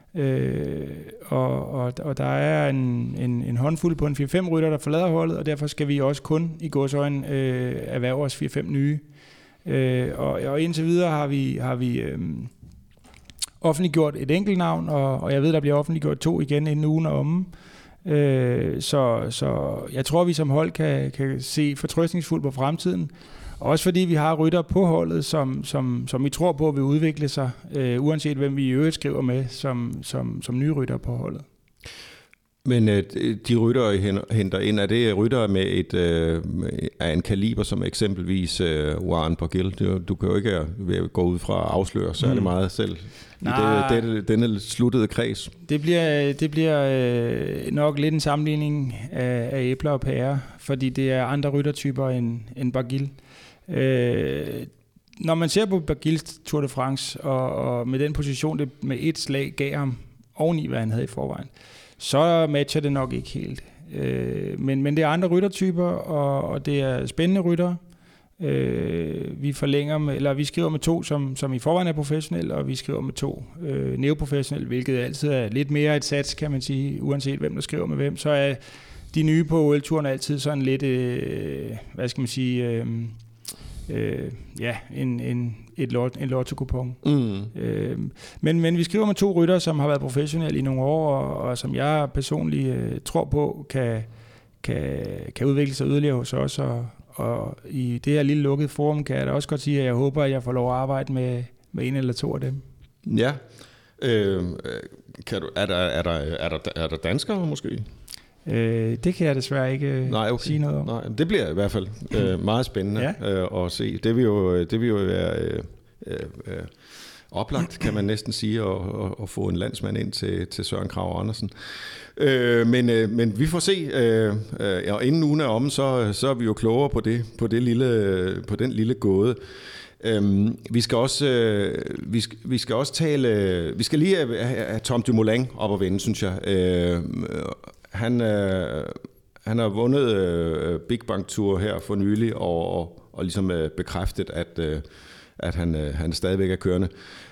Og der er en håndfuld på en 4-5 rytter, der forlader holdet, og derfor skal vi også kun i gåseøjne erhverve os 4-5 nye. Og indtil videre har vi offentliggjort et enkelt navn, og jeg ved, der bliver offentliggjort 2 igen inden ugen er omme. Så jeg tror, vi som hold kan se fortrøstningsfuldt på fremtiden. Også fordi vi har rytter på holdet, som vi tror på vil udvikle sig, uanset hvem vi i øvrigt skriver med som nye rytter på holdet. Men de rytter, I henter ind, er det rytter med af en kaliber som eksempelvis Warren Barguil? Du kan jo ikke gå ud fra at afsløre særlig meget selv i denne sluttede kreds. Det bliver nok lidt en sammenligning af æbler og pærer, fordi det er andre ryttertyper end Barguil. Når man ser på Barguils Tour de France, og med den position, det med et slag gav ham oveni, hvad han havde i forvejen, så matcher det nok ikke helt. Men det er andre ryttertyper, og det er spændende rytter. Vi skriver med 2, som i forvejen er professionelle, og vi skriver med 2 neoprofessionelle, hvilket altid er lidt mere et sats, kan man sige, uanset hvem der skriver med hvem. Så er de nye på OL-turen altid sådan lidt, hvad skal man sige, en lotto-kupon. Men vi skriver med 2 rytter, som har været professionelle i nogle år, og som jeg personligt tror på, kan udvikle sig yderligere hos os, og i det her lille lukkede forum kan jeg da også godt sige, at jeg håber, at jeg får lov at arbejde med en eller to af dem. Ja. Er der danskere måske? Det kan jeg desværre ikke sige noget om. Nej, det bliver i hvert fald meget spændende at se. Det vil jo være oplagt, kan man næsten sige, at få en landsmand ind til Søren Kragh Andersen. Men vi får se, og inden ugen er omme, så er vi jo klogere på den lille gåde. Vi skal også tale. Vi skal lige have Tom Dumoulin op at vende, synes jeg. Han har vundet Big Bang Tour her for nylig og ligesom bekræftet, at han stadigvæk er kørende.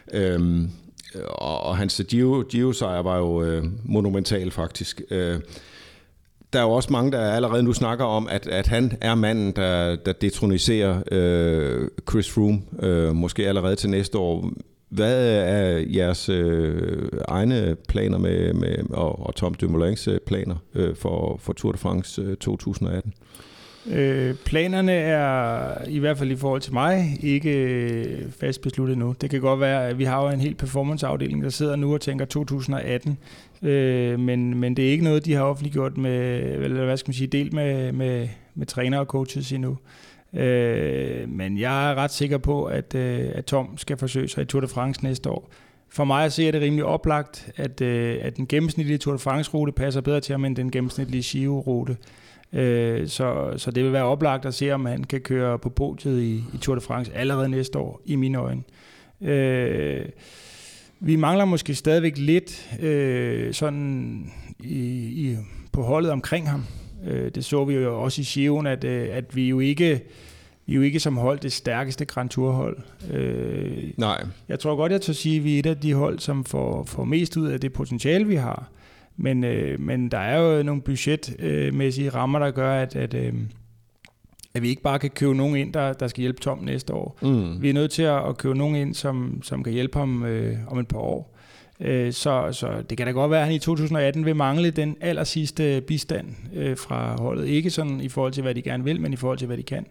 Og hans Giro-sejr var jo monumental faktisk. Der er jo også mange, der allerede nu snakker om, at han er manden, der detroniserer Chris Froome, måske allerede til næste år. Hvad er jeres egne planer og Tom Dumoulins planer for Tour de France 2018? Planerne er, i hvert fald i forhold til mig, ikke fast besluttet nu. Det kan godt være, at vi har jo en hel performanceafdeling, der sidder nu og tænker 2018, men det er ikke noget, de har offentliggjort med, eller hvad skal man sige, delt med trænere og coaches endnu. Men jeg er ret sikker på, at Tom skal forsøge sig i Tour de France næste år. For mig ser det rimelig oplagt, at den gennemsnitlige Tour de France-rute passer bedre til ham end den gennemsnitlige Giro-rute. Så det vil være oplagt at se, om han kan køre på podiet i Tour de France allerede næste år, i mine øjne. Vi mangler måske stadigvæk lidt sådan på holdet omkring ham. Det så vi jo også i Giroen, at vi jo ikke som hold det stærkeste Grand Tour-hold. Nej. Jeg tror godt, jeg tør sige, at vi er et af de hold, som får mest ud af det potentiale, vi har. Men der er jo nogle budgetmæssige rammer, der gør, at vi ikke bare kan købe nogen ind, der skal hjælpe Tom næste år. Vi er nødt til at købe nogen ind, som kan hjælpe ham om et par år. Så det kan da godt være, at han i 2018 vil mangle den aller sidste bistand fra holdet. Ikke sådan i forhold til, hvad de gerne vil, men i forhold til, hvad de kan.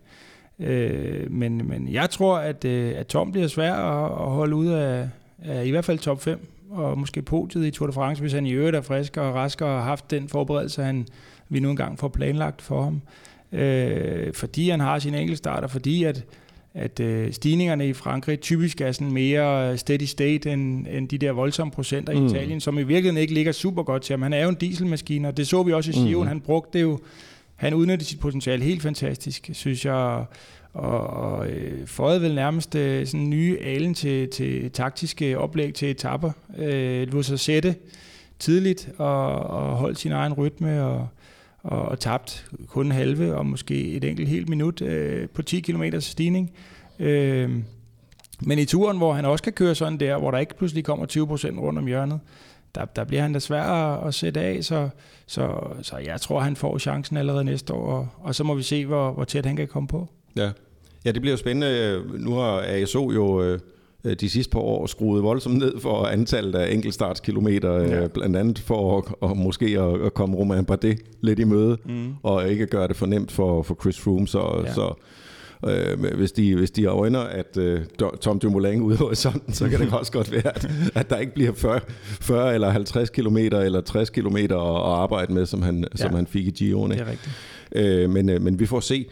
Men jeg tror, at Tom bliver svær at holde ud af i hvert fald top 5, og måske podiet i Tour de France, hvis han i øvrigt er frisk og rask og har haft den forberedelse, vi nu engang får planlagt for ham. Fordi han har sin enkeltstart, og fordi at stigningerne i Frankrig typisk er sådan mere steady state end de der voldsomme procenter i Italien, som i virkeligheden ikke ligger super godt til ham. Han er jo en dieselmaskine, og det så vi også i Giroen. Han brugte det jo. Han udnyttede sit potentiale helt fantastisk, synes jeg, og føjede vel nærmest sådan nye alen til taktiske oplæg til etapper. Lod sig sætte tidligt og holdt sin egen rytme og tabt kun halve og måske et enkelt helt minut på 10 km stigning. Men i turen, hvor han også kan køre sådan der, hvor der ikke pludselig kommer 20% rundt om hjørnet, der bliver han da svær at sætte af, så jeg tror, han får chancen allerede næste år, og så må vi se, hvor tæt han kan komme på. Ja, det bliver jo spændende. Nu har ASO jo de sidste par år skruet voldsomt ned for antallet af enkeltstartskilometer, blandt andet for at måske at komme Romain Bardet lidt i møde, og ikke gøre det for nemt for Chris Froome, så hvis de øjner, at Tom Dumoulin ude hos sådan, så kan det også godt være, at der ikke bliver 40 eller 50 kilometer eller 60 kilometer at arbejde med, som han fik i Giroen. Det er rigtigt. Men vi får se.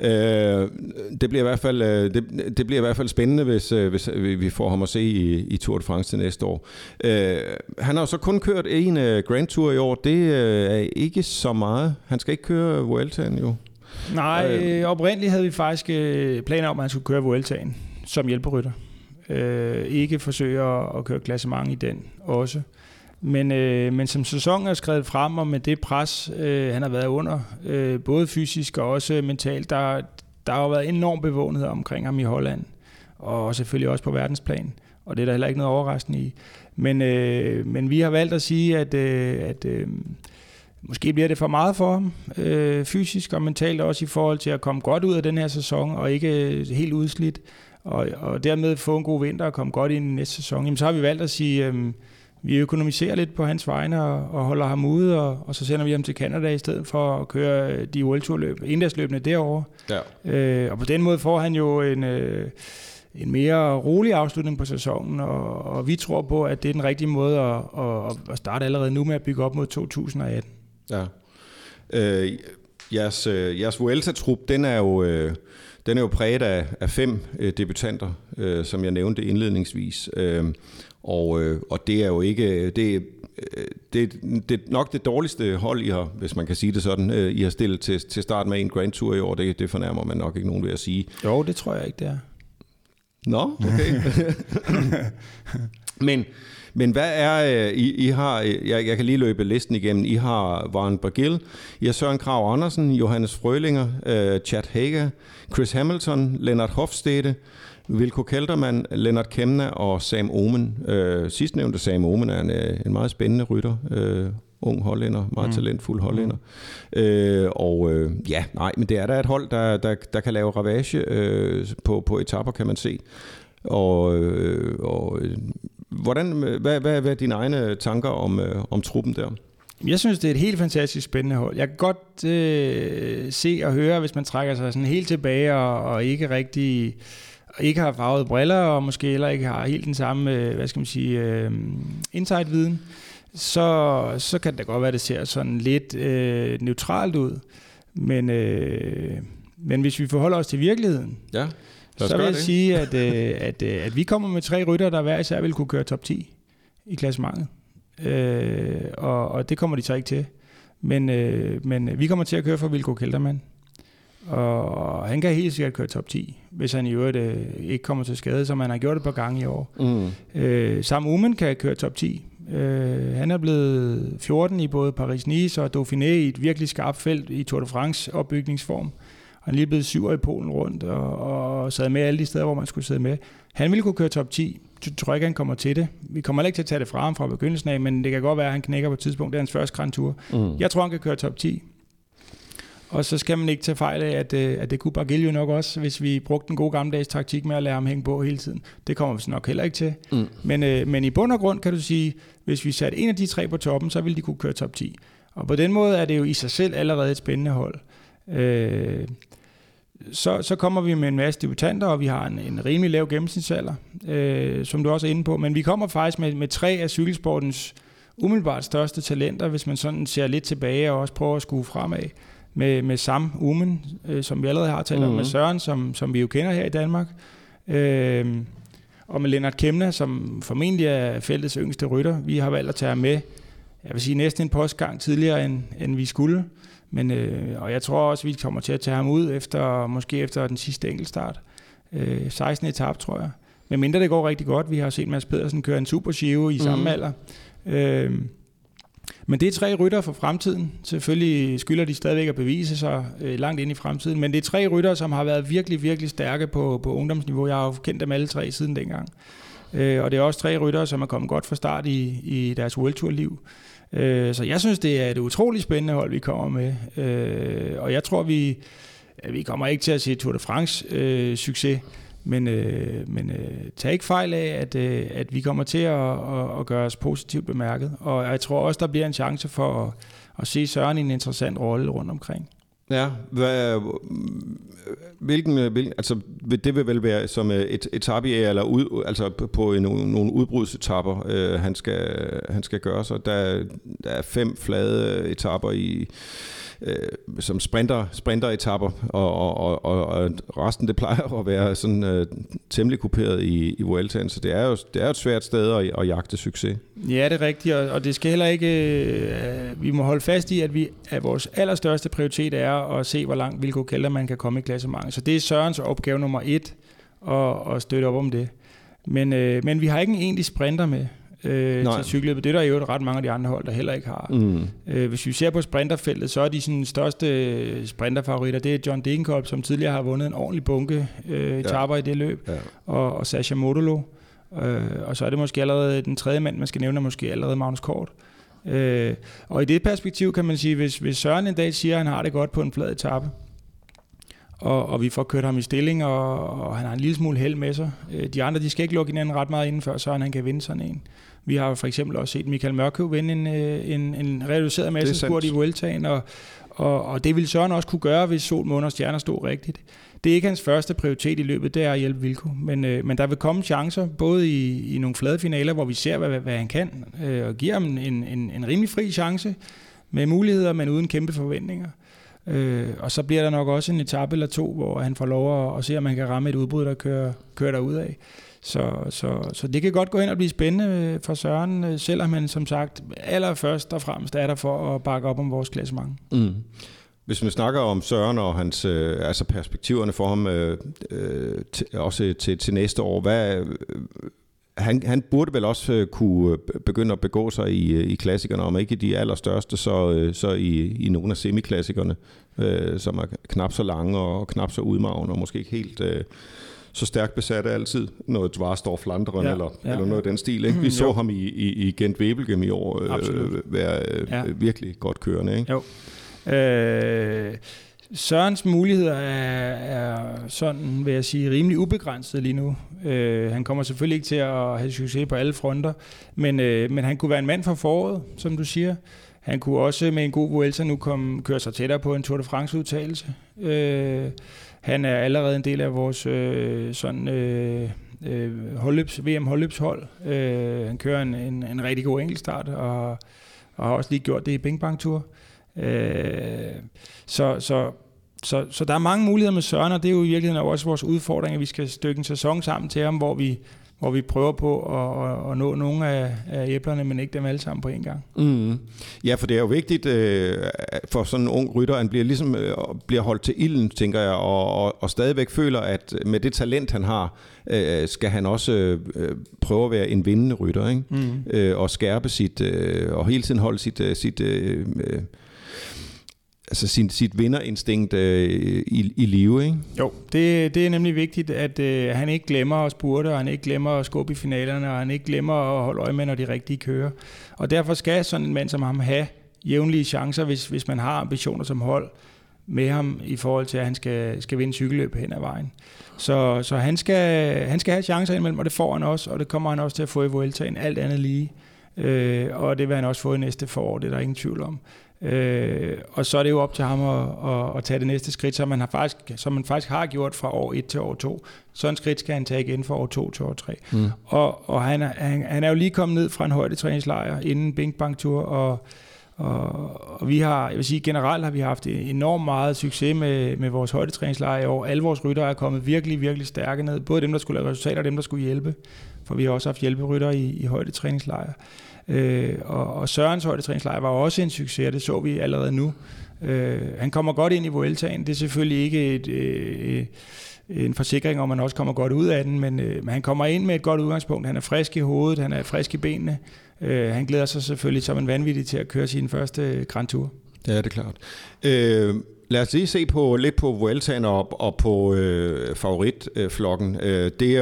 Det bliver i hvert fald spændende, hvis vi får ham at se i Tour de France til næste år. Han har jo så kun kørt en Grand Tour i år. Det er ikke så meget. Han skal ikke køre Vueltaen jo. Nej, oprindeligt havde vi faktisk planer om, at han skulle køre Vueltaen som hjælperytter. Ikke forsøge at køre klassement i den også. Men som sæsonen er skrevet frem, og med det pres, han har været under, både fysisk og også mentalt, der har jo været enorm bevågenhed omkring ham i Holland, og selvfølgelig også på verdensplan, og det er der heller ikke noget overraskende i. Men vi har valgt at sige, at måske bliver det for meget for ham, fysisk og mentalt, også i forhold til at komme godt ud af den her sæson, og ikke helt udslidt, og dermed få en god vinter og komme godt ind i næste sæson. Jamen, så har vi valgt at sige, vi økonomiserer lidt på hans vegne og holder ham ude, og så sender vi ham til Canada i stedet for at køre de World Tour løb, endagsløbene derovre. Ja. Og på den måde får han jo en mere rolig afslutning på sæsonen, og vi tror på, at det er den rigtige måde at starte allerede nu med at bygge op mod 2018. Ja. Jeres Vuelta-trup, den er jo præget af 5 debutanter, som jeg nævnte indledningsvis. Og det er jo ikke det er nok det dårligste hold, I har, hvis man kan sige det sådan, I har stillet til start med en Grand Tour i år. Det fornærmer man nok ikke nogen ved at sige. Jo, det tror jeg ikke, det er. Nå, okay. Men hvad er, I har, jeg kan lige løbe listen igennem, I har Warren Barguil, I har Søren Kragh Andersen, Johannes Frølinger, Chad Haga, Chris Hamilton, Lennart Hofstede, Wilco Kelderman, Lennart Kemna og Sam Oomen. Sidstnævnte Sam Oomen er en meget spændende rytter, ung hollænder, meget talentfuld hollænder. Men det er der et hold, der kan lave ravage på etaper, kan man se. Hvad er dine egne tanker om truppen der? Jeg synes, det er et helt fantastisk spændende hold. Jeg kan godt se og høre, hvis man trækker sig sådan helt tilbage og ikke rigtig ikke har farvede briller og måske heller ikke har helt den samme, insight-viden, så kan det godt være, at det ser sådan lidt neutralt ud. Men hvis vi forholder os til virkeligheden, så vil jeg sige, at vi kommer med 3 ryttere, der hver især vil kunne køre top 10 i klassementet. Og det kommer de så ikke til. Men vi kommer til at køre for Wilco Kelderman. Og han kan helt sikkert køre top 10, hvis han i øvrigt ikke kommer til skade, som han har gjort et par gange i år. Sam Oomen kan køre top 10. Han er blevet 14 i både Paris-Nice og Dauphiné i et virkelig skarpt felt i Tour de France opbygningsform. Han er lige blevet 7 i Polen rundt og sad med alle de steder, hvor man skulle sidde med. Han ville kunne køre top 10. Jeg tror ikke, han kommer til det. Vi kommer ikke til at tage det fra ham fra begyndelsen af, men det kan godt være, at han knækker på et tidspunkt. Det er hans første Grand Tour. Jeg tror, han kan køre top 10. Og så skal man ikke tage fejl af, at det kunne Barguil jo nok også, hvis vi brugte en god gammeldags taktik med at lade ham hænge på hele tiden. Det kommer vi nok heller ikke til. Men i bund og grund kan du sige, hvis vi satte en af de 3 på toppen, så ville de kunne køre top 10. Og på den måde er det jo i sig selv allerede et spændende hold. Så kommer vi med en masse debutanter, og vi har en rimelig lav gennemsnitsalder, som du også er inde på. Men vi kommer faktisk med 3 af cykelsportens umiddelbart største talenter, hvis man sådan ser lidt tilbage og også prøver at skue fremad. Med Sam Oomen, som vi allerede har talt om, med Søren, som vi jo kender her i Danmark, og med Lennart Kemna, som formentlig er feltets yngste rytter. Vi har valgt at tage ham med, jeg vil sige næsten en postgang tidligere, end vi skulle. Og jeg tror også, vi kommer til at tage ham ud måske efter den sidste enkeltstart. 16 etape, tror jeg. Men mindre det går rigtig godt. Vi har set Mads Pedersen køre en Super Giro i samme alder. Men det er 3 ryttere for fremtiden. Selvfølgelig skylder de stadigvæk at bevise sig langt ind i fremtiden. Men det er 3 ryttere, som har været virkelig, virkelig stærke på ungdomsniveau. Jeg har jo kendt dem alle 3 siden dengang. Og det er også 3 ryttere, som er kommet godt fra start i deres World Tour-liv. Så jeg synes, det er et utroligt spændende hold, vi kommer med. Og jeg tror, vi kommer ikke til at se Tour de France succes. Men tag ikke fejl af, at vi kommer til at gøre os positivt bemærket. Og jeg tror også, der bliver en chance for at se Søren i en interessant rolle rundt omkring. Ja, altså det vil vel være som et etape eller altså på nogle udbrudsetapper, han skal gøre sig. Der er 5 flade etapper som sprinter-etapper, og resten det plejer at være sådan temmelig kuperet i Vueltaen, så det er jo et svært sted at jagte succes. Ja, det er rigtigt, og det skal heller ikke, vi må holde fast i, at vores allerstørste prioritet er at se, hvor langt Wilco Kelderman kan komme i klassementet. Så det er Sørens opgave nummer 1 at støtte op om det. Men vi har ikke en egentlig sprinter med til cykelløbet. Det er der jo ret mange af de andre hold, der heller ikke har. Hvis vi ser på sprinterfeltet, så er de sådan største sprinterfavoritter, det er John Degenkolb, som tidligere har vundet en ordentlig bunke etaper i det løb, og Sascha Modolo. Og så er det måske allerede den tredje mand, man skal nævne, måske allerede Magnus Kort. Og i det perspektiv kan man sige, hvis Søren en dag siger, at han har det godt på en flad etape, og vi får kørt ham i stilling, og han har en lille smule held med sig. De andre, de skal ikke lukke hinanden ret meget inden, før Søren han kan vinde sådan en. Vi har for eksempel også set Michael Mørkøv vinde en reduceret massespurt i Vueltaen, og det ville Søren også kunne gøre, hvis Sol, Måne og Stjerner stod rigtigt. Det er ikke hans første prioritet i løbet, det er at hjælpe Wilco, men der vil komme chancer, både i nogle flade finaler, hvor vi ser, hvad han kan, og giver ham en rimelig fri chance, med muligheder, men uden kæmpe forventninger. Og så bliver der nok også en etape eller to, hvor han får lov at se, om man kan ramme et udbrud, der kører derudad. Så det kan godt gå hen og blive spændende for Søren, selvom han som sagt allerførst og fremmest er der for at bakke op om vores klassement. Mm. Hvis man snakker om Søren og hans perspektiverne for ham også til næste år, han burde vel også kunne begynde at begå sig i klassikerne, om ikke de allerstørste, så i nogle af semiklassikerne, som er knap så lange og knap så udmagende, og måske ikke helt så stærkt besatte altid. Noget Dvarstor Flanderen eller noget af den stil. Ikke? Vi så ham i Gent Wevelgem i år være virkelig godt kørende. Ikke? Jo. Sørens muligheder er sådan, vil jeg sige, rimelig ubegrænset lige nu. Han kommer selvfølgelig ikke til at have succes på alle fronter, men han kunne være en mand for foråret, som du siger. Han kunne også med en god Vuelta nu køre sig tættere på en Tour de France-udtagelse. Han er allerede en del af vores VM-holdløbshold. Han kører en rigtig god enkeltstart, og har også lige gjort det i Bing Bang Tour. Så der er mange muligheder med Søren, og det er jo i virkeligheden også vores udfordring, at vi skal stykke en sæson sammen til ham, hvor vi prøver på at nå nogle af æblerne, men ikke dem alle sammen på en gang. Mm. Ja, for det er jo vigtigt for sådan en ung rytter, han bliver holdt til ilden, tænker jeg, og stadigvæk føler, at med det talent, han har, skal han også prøve at være en vindende rytter, ikke? Og skærpe og hele tiden holde sit vinderinstinkt i live, ikke? Jo, det er nemlig vigtigt, at han ikke glemmer at spurte, og han ikke glemmer at skubbe i finalerne, og han ikke glemmer at holde øje med, når de rigtige kører. Og derfor skal sådan en mand som ham have jævnlige chancer, hvis man har ambitioner som hold med ham, i forhold til, at han skal vinde cykelløb hen ad vejen. Så han skal have chancer indimellem, og det får han også, og det kommer han også til at få i Vueltaen, alt andet lige. Og det vil han også få i næste forår, det er der ingen tvivl om. Og så er det jo op til ham at tage det næste skridt, som man faktisk har gjort fra år 1 til år 2. Sådan et skridt skal han tage igen fra år 2 til år 3. Og han er jo lige kommet ned fra en højdetræningslejr inden Bing Bang Tour, og vi har, jeg vil sige, generelt har vi haft enormt meget succes med vores højdetræningslejre i år. Alle vores ryttere er kommet virkelig, virkelig stærke ned. Både dem, der skulle lave resultater, og dem, der skulle hjælpe. For vi har også haft hjælperyttere i højdetræningslejre. Og Sørens højdetræningslejr var også en succes, og det så vi allerede nu. Han kommer godt ind i Vueltaen. Det er selvfølgelig ikke en forsikring om, at man også kommer godt ud af den, men han kommer ind med et godt udgangspunkt. Han er frisk i hovedet, han er frisk i benene. Han glæder sig selvfølgelig som en vanvittig til at køre sin første Grand Tour. Ja, det er klart. Lad os lige se lidt på Vueltaen og på favoritflokken. Det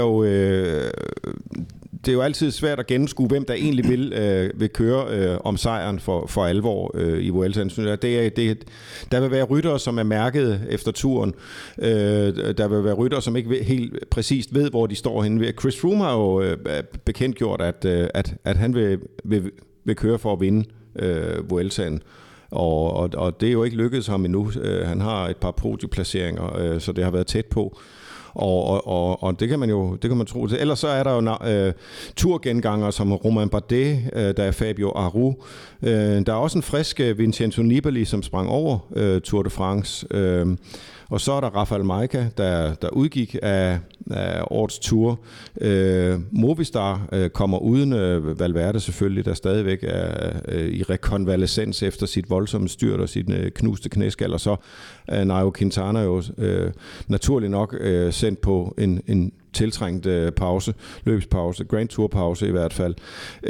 er jo altid svært at gennemskue, hvem der egentlig vil køre om sejren for alvor i Vueltaen. Der vil være ryttere, som er mærket efter turen. Der vil være ryttere, som ikke helt præcist ved, hvor de står henne. Chris Froome har jo bekendtgjort, at han vil køre for at vinde Vueltaen. Og det er jo ikke lykkedes ham endnu. Han har et par podieplaceringer, så det har været tæt på. Og det kan man tro til. Ellers så er der jo turgengangere som Romain Bardet, der er Fabio Aru. Der er også en frisk Vincenzo Nibali, som sprang over Tour de France. Og så er der Rafael Majka, der udgik af årets Tour. Movistar kommer uden Valverde selvfølgelig, der stadigvæk er i rekonvalescens efter sit voldsomme styrt og sit knuste knæskal. Og så Nairo Quintana jo naturligt nok sendt på tiltrængt løbspause, Grand Tour pause i hvert fald.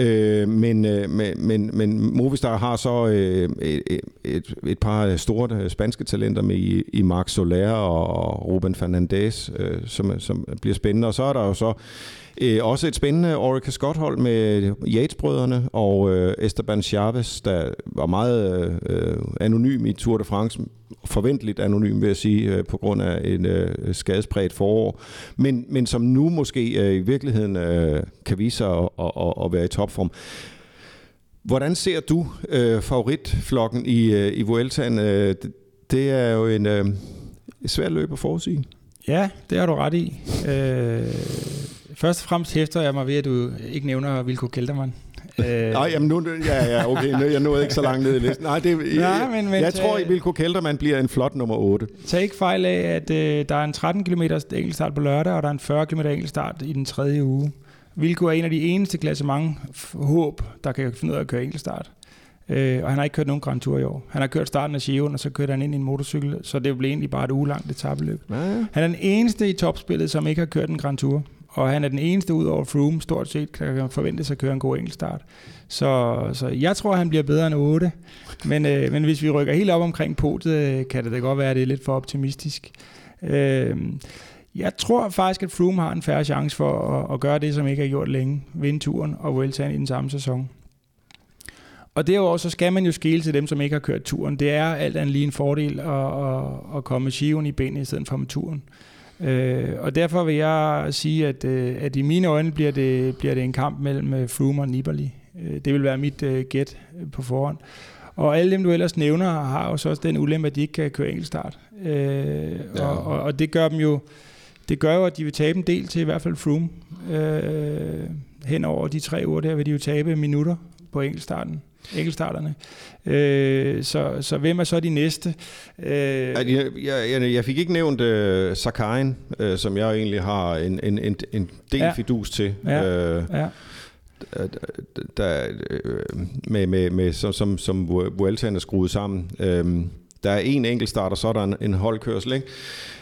Men Movistar har så et par store spanske talenter med i Marc Soler og Ruben Fernandez, som bliver spændende. Og så er der jo så også et spændende Orica Scott-hold med Yates-brødrene og Esteban Chavez, der var meget anonym i Tour de France. Forventeligt anonym, vil jeg sige, på grund af en skadespræget forår. Men som nu måske i virkeligheden kan vise sig at være i topform. Hvordan ser du favoritflokken i Vueltaen? Det er jo en svær løb at forudsige. Ja, det har du ret i. Først og fremmest hæfter jeg mig ved, at du ikke nævner Wilco Kelderman. Nej, jamen nu, okay, jeg nåede ikke så langt ned i listen. Nej, jeg tror, at Wilco Kelderman bliver en flot nummer 8. Tag ikke fejl af, at der er en 13 km enkeltstart på lørdag, og der er en 40 km enkeltstart i den 3. uge. Wilco er en af de eneste klassement håb, der kan finde ud af at køre enkeltstart. Og han har ikke kørt nogen Grand Tour i år. Han har kørt starten af Giron, og så kørte han ind i en motorcykel, så det blev egentlig bare et ugelangt etapeløb. Ja. Han er den eneste i topspillet, som ikke har kørt en Grand Tour. Og han er den eneste ud over Froome, stort set, kan forventes at køre en god enkeltstart. Så jeg tror, han bliver bedre end 8. Men hvis vi rykker helt op omkring podiet, kan det da godt være, at det er lidt for optimistisk. Jeg tror faktisk, at Froome har en færre chance for at gøre det, som ikke har gjort længe. Vinde turen og Vueltaen i den samme sæson. Og derudover så skal man jo skele til dem, som ikke har kørt turen. Det er alt andet lige en fordel at komme med Giron i benene i stedet for med turen. Og derfor vil jeg sige, at i mine øjne bliver det en kamp mellem Froome og Nibali. Det vil være mit gæt på forhånd. Og alle dem, du ellers nævner, har jo så også den ulempe, at de ikke kan køre enkeltstart. Og det gør jo, at de vil tabe en del til i hvert fald Froome. Hen over de 3 uger der vil de jo tabe minutter på enkeltstarterne. Så hvem er så de næste? Jeg fik ikke nævnt Sakarin, som jeg egentlig har en del fidus til. Som Vueltaen er skruet sammen. Der er en enkelt start, og så er der en holdkørsel, ikke?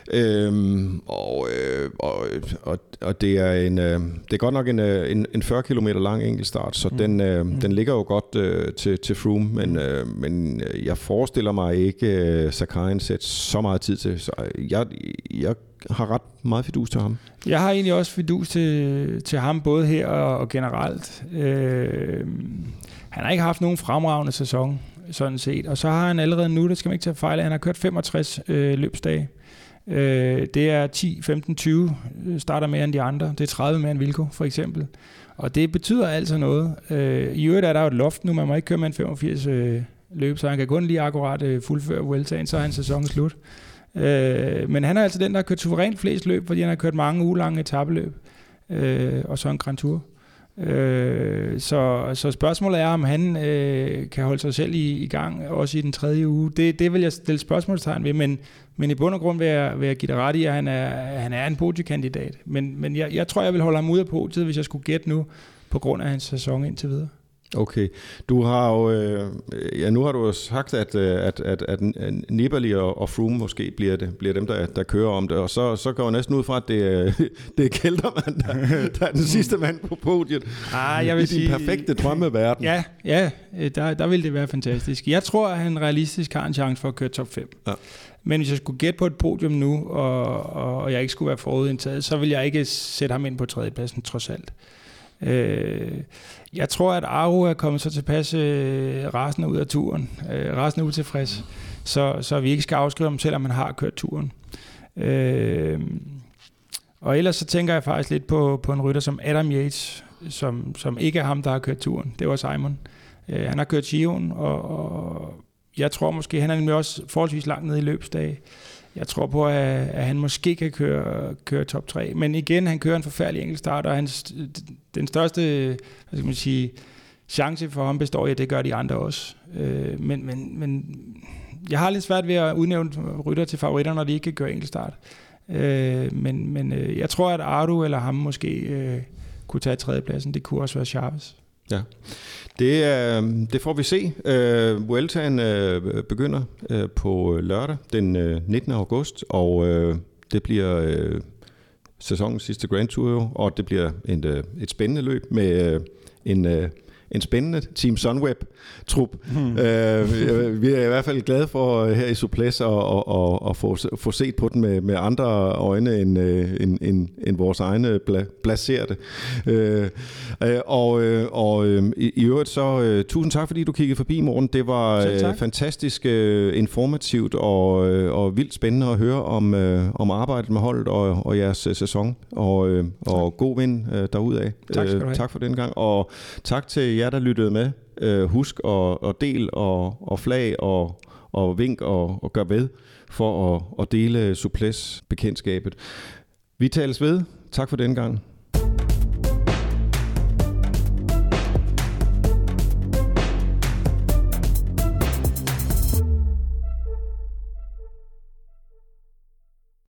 Og det er godt nok en 40 km lang enkeltstart, så den ligger jo godt til Froome, men jeg forestiller mig ikke Sakarin sætter så meget tid til, så jeg har ret meget fidus til ham. Jeg har egentlig også fidus til ham, både her og generelt. Han har ikke haft nogen fremragende sæson, sådan set. Og så har han allerede nu, det skal man ikke tage fejl af, han har kørt 65 løbsdage. Det er 10, 15, 20 starter mere end de andre. Det er 30 mere end Wilco, for eksempel. Og det betyder altså noget. I øvrigt er der jo et loft nu, man må ikke køre med en 85 løb, så han kan kun lige akkurat fuldføre Vueltaen, så er hans sæson slut. Men han er altså den, der har kørt suverænt flest løb, fordi han har kørt mange ugelange etapeløb, og så en Grand Tour. Så spørgsmålet er, om han kan holde sig selv i gang, også i den 3. uge. Det vil jeg stille spørgsmålstegn ved, men i bund og grund vil jeg give dig ret i, at han er en podiekandidat. Men jeg tror, jeg vil holde ham ude af podiet, hvis jeg skulle gætte nu, på grund af hans sæson indtil videre. Okay. Du har jo, nu har du jo sagt, at Nibali og Froome måske bliver dem, der kører om det, og så går jeg næsten ud fra, at det er Kelderman, der er den sidste mand på podiet. Jeg vil sige, din perfekte drømmeverden. Ja, der vil det være fantastisk. Jeg tror, at han realistisk har en chance for at køre top 5. Ja. Men hvis jeg skulle gætte på et podium nu, og jeg ikke skulle være forudindtaget, så vil jeg ikke sætte ham ind på 3. pladsen, trods alt. Jeg tror, at Aru er kommet så tilpas rasende ud af turen, rasende utilfreds, så vi ikke skal afskrive ham, selvom han har kørt turen. Og ellers så tænker jeg faktisk lidt på en rytter som Adam Yates, som ikke er ham, der har kørt turen. Det var Simon. Han har kørt Giron, og jeg tror måske, han er nemlig også forholdsvis langt nede i løbsdage. Jeg tror på, at han måske kan køre top 3. Men igen, han kører en forfærdelig enkeltstart, og den største, hvad skal man sige, chance for ham består i, at det gør de andre også. Men jeg har lidt svært ved at udnævne rytter til favoritter, når de ikke kan køre enkeltstart. Men jeg tror, at Ardu eller ham måske kunne tage 3. pladsen. Det kunne også være Chavez. Ja. Det får vi se. Vueltaen begynder på lørdag den 19. august, og det bliver sæsonens sidste Grand Tour jo, og det bliver et spændende løb med en spændende Team Sunweb-trup. Vi er i hvert fald glade for her i Souplesse at få set på den med andre øjne end vores egne blaserte. I øvrigt så tusind tak, fordi du kiggede forbi, Morten. Det var fantastisk informativt og vildt spændende at høre om arbejdet med holdet og jeres sæson. Og god vind derudad. Tak for den gang. Og tak til jer, der lyttede med. Husk at del og flag og vink og gør ved for at dele Souplesse bekendtskabet. Vi tales ved. Tak for den gang.